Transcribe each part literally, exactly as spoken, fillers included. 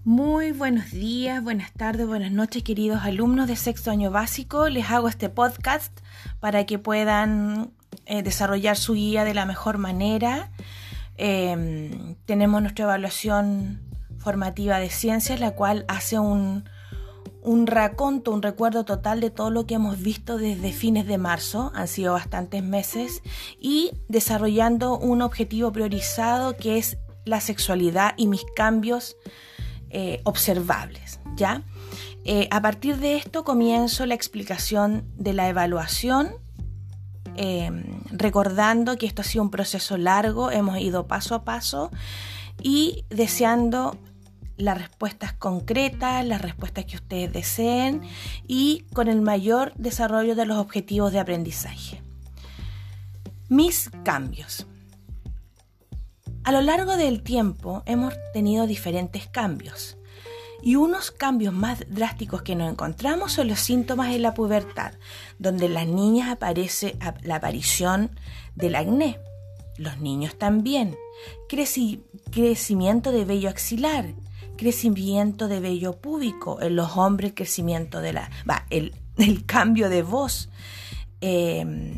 Muy buenos días, buenas tardes, buenas noches, queridos alumnos de sexto año básico. Les hago este podcast para que puedan eh, desarrollar su guía de la mejor manera. Eh, tenemos nuestra evaluación formativa de ciencias, la cual hace un, un raconto, un recuerdo total de todo lo que hemos visto desde fines de marzo. Han sido bastantes meses y desarrollando un objetivo priorizado que es la sexualidad y mis cambios Eh, observables, ¿ya? Eh, a partir de esto comienzo la explicación de la evaluación, eh, recordando que esto ha sido un proceso largo, hemos ido paso a paso y deseando las respuestas concretas, las respuestas que ustedes deseen y con el mayor desarrollo de los objetivos de aprendizaje. Mis cambios. A lo largo del tiempo hemos tenido diferentes cambios y unos cambios más drásticos que nos encontramos son los síntomas en la pubertad, donde en las niñas aparece la aparición del acné, los niños también, creci- crecimiento de vello axilar, crecimiento de vello púbico, en los hombres el crecimiento de la, va, el, el cambio de voz, eh,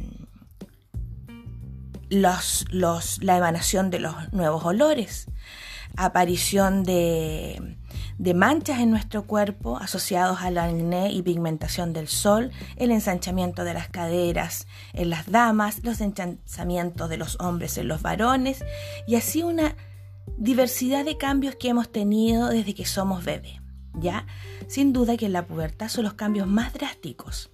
Los, los, la emanación de los nuevos olores, aparición de, de manchas en nuestro cuerpo asociados al acné y pigmentación del sol, el ensanchamiento de las caderas en las damas, los ensanchamientos de los hombres en los varones y así una diversidad de cambios que hemos tenido desde que somos bebés, ¿ya? Sin duda que en la pubertad son los cambios más drásticos.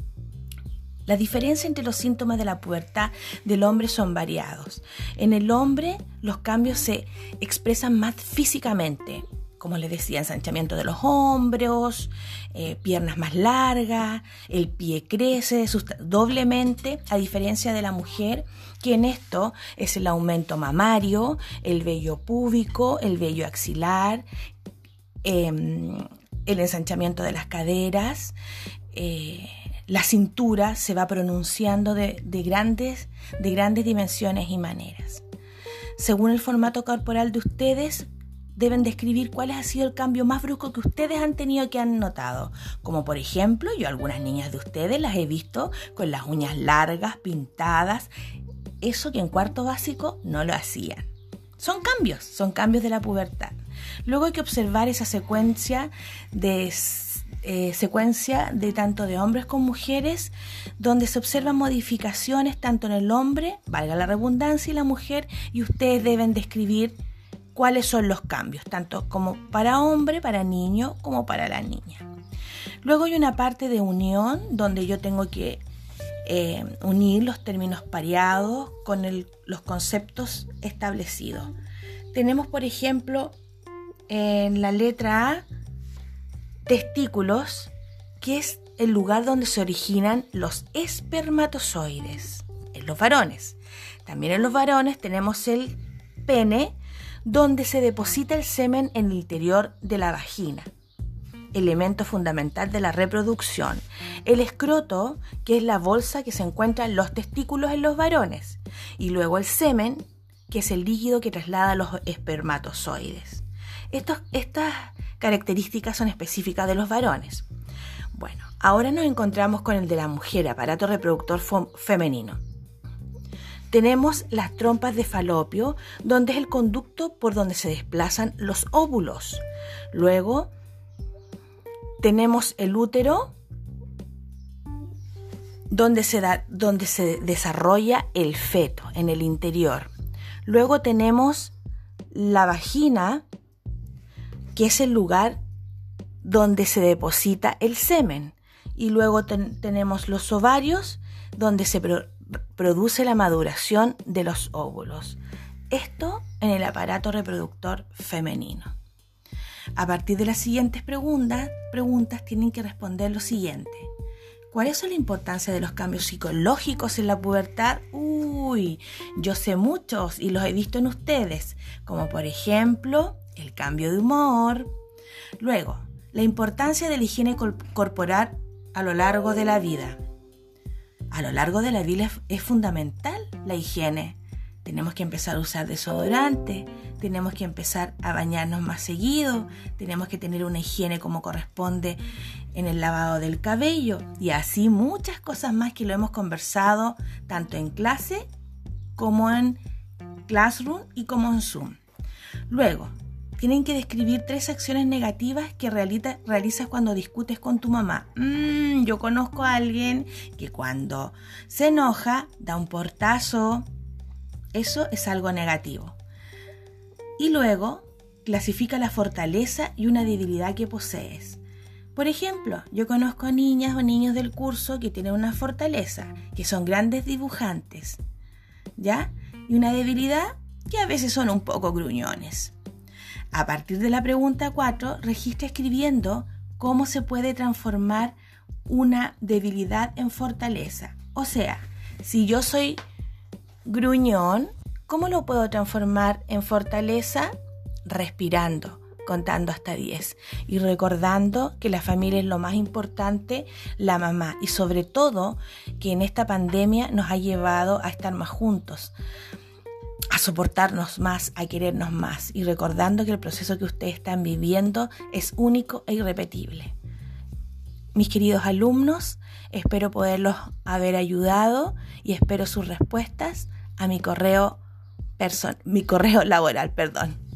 La diferencia entre los síntomas de la pubertad del hombre son variados. En el hombre los cambios se expresan más físicamente, como les decía, ensanchamiento de los hombros, eh, piernas más largas, el pie crece sust- doblemente, a diferencia de la mujer, que en esto es el aumento mamario, el vello púbico, el vello axilar, eh, el ensanchamiento de las caderas, eh, la cintura se va pronunciando de, de, grandes, de grandes dimensiones y maneras. Según el formato corporal de ustedes, deben describir cuál ha sido el cambio más brusco que ustedes han tenido que han notado. Como por ejemplo, yo algunas niñas de ustedes las he visto con las uñas largas, pintadas. Eso que en cuarto básico no lo hacían. Son cambios, son cambios de la pubertad. Luego hay que observar esa secuencia de... Eh, secuencia de tanto de hombres como mujeres, donde se observan modificaciones tanto en el hombre, valga la redundancia, y la mujer, y ustedes deben describir cuáles son los cambios, tanto como para hombre, para niño, como para la niña. Luego hay una parte de unión, donde yo tengo que eh, unir los términos pareados con el, los conceptos establecidos. Tenemos, por ejemplo, en la letra A, testículos, que es el lugar donde se originan los espermatozoides en los varones. También en los varones tenemos el pene, donde se deposita el semen en el interior de la vagina, elemento fundamental de la reproducción. El escroto, que es la bolsa que se encuentra en los testículos en los varones. Y luego el semen, que es el líquido que traslada los espermatozoides. Estos, estas características son específicas de los varones. Bueno, ahora nos encontramos con el de la mujer, aparato reproductor femenino. Tenemos las trompas de falopio, donde es el conducto por donde se desplazan los óvulos. Luego tenemos el útero, donde se, da, donde se desarrolla el feto en el interior. Luego tenemos la vagina, que es el lugar donde se deposita el semen. Y luego ten, tenemos los ovarios, donde se pro, produce la maduración de los óvulos. Esto en el aparato reproductor femenino. A partir de las siguientes preguntas, preguntas tienen que responder lo siguiente. ¿Cuál es la importancia de los cambios psicológicos en la pubertad? Uy, yo sé muchos y los he visto en ustedes, como por ejemplo el cambio de humor. Luego, la importancia de la higiene corporal a lo largo de la vida. A lo largo de la vida es fundamental la higiene. tenemos que empezar a usar desodorante, tenemos que empezar a bañarnos más seguido, tenemos que tener una higiene como corresponde en el lavado del cabello y así muchas cosas más que lo hemos conversado tanto en clase como en Classroom y como en Zoom. Luego, tienen que describir tres acciones negativas que realiza, realizas cuando discutes con tu mamá. Mm, yo conozco a alguien que cuando se enoja da un portazo. Eso es algo negativo. Y luego, clasifica la fortaleza y una debilidad que posees. Por ejemplo, yo conozco niñas o niños del curso que tienen una fortaleza, que son grandes dibujantes, ¿ya? Y una debilidad que a veces son un poco gruñones. A partir de la pregunta cuatro, registra escribiendo cómo se puede transformar una debilidad en fortaleza. O sea, si yo soy gruñón, ¿cómo lo puedo transformar en fortaleza? Respirando, contando hasta diez y recordando que la familia es lo más importante, la mamá, y sobre todo que en esta pandemia nos ha llevado a estar más juntos, a soportarnos más, a querernos más, y recordando que el proceso que ustedes están viviendo es único e irrepetible. Mis queridos alumnos, espero poderlos haber ayudado y espero sus respuestas a mi correo, person- mi correo laboral, perdón.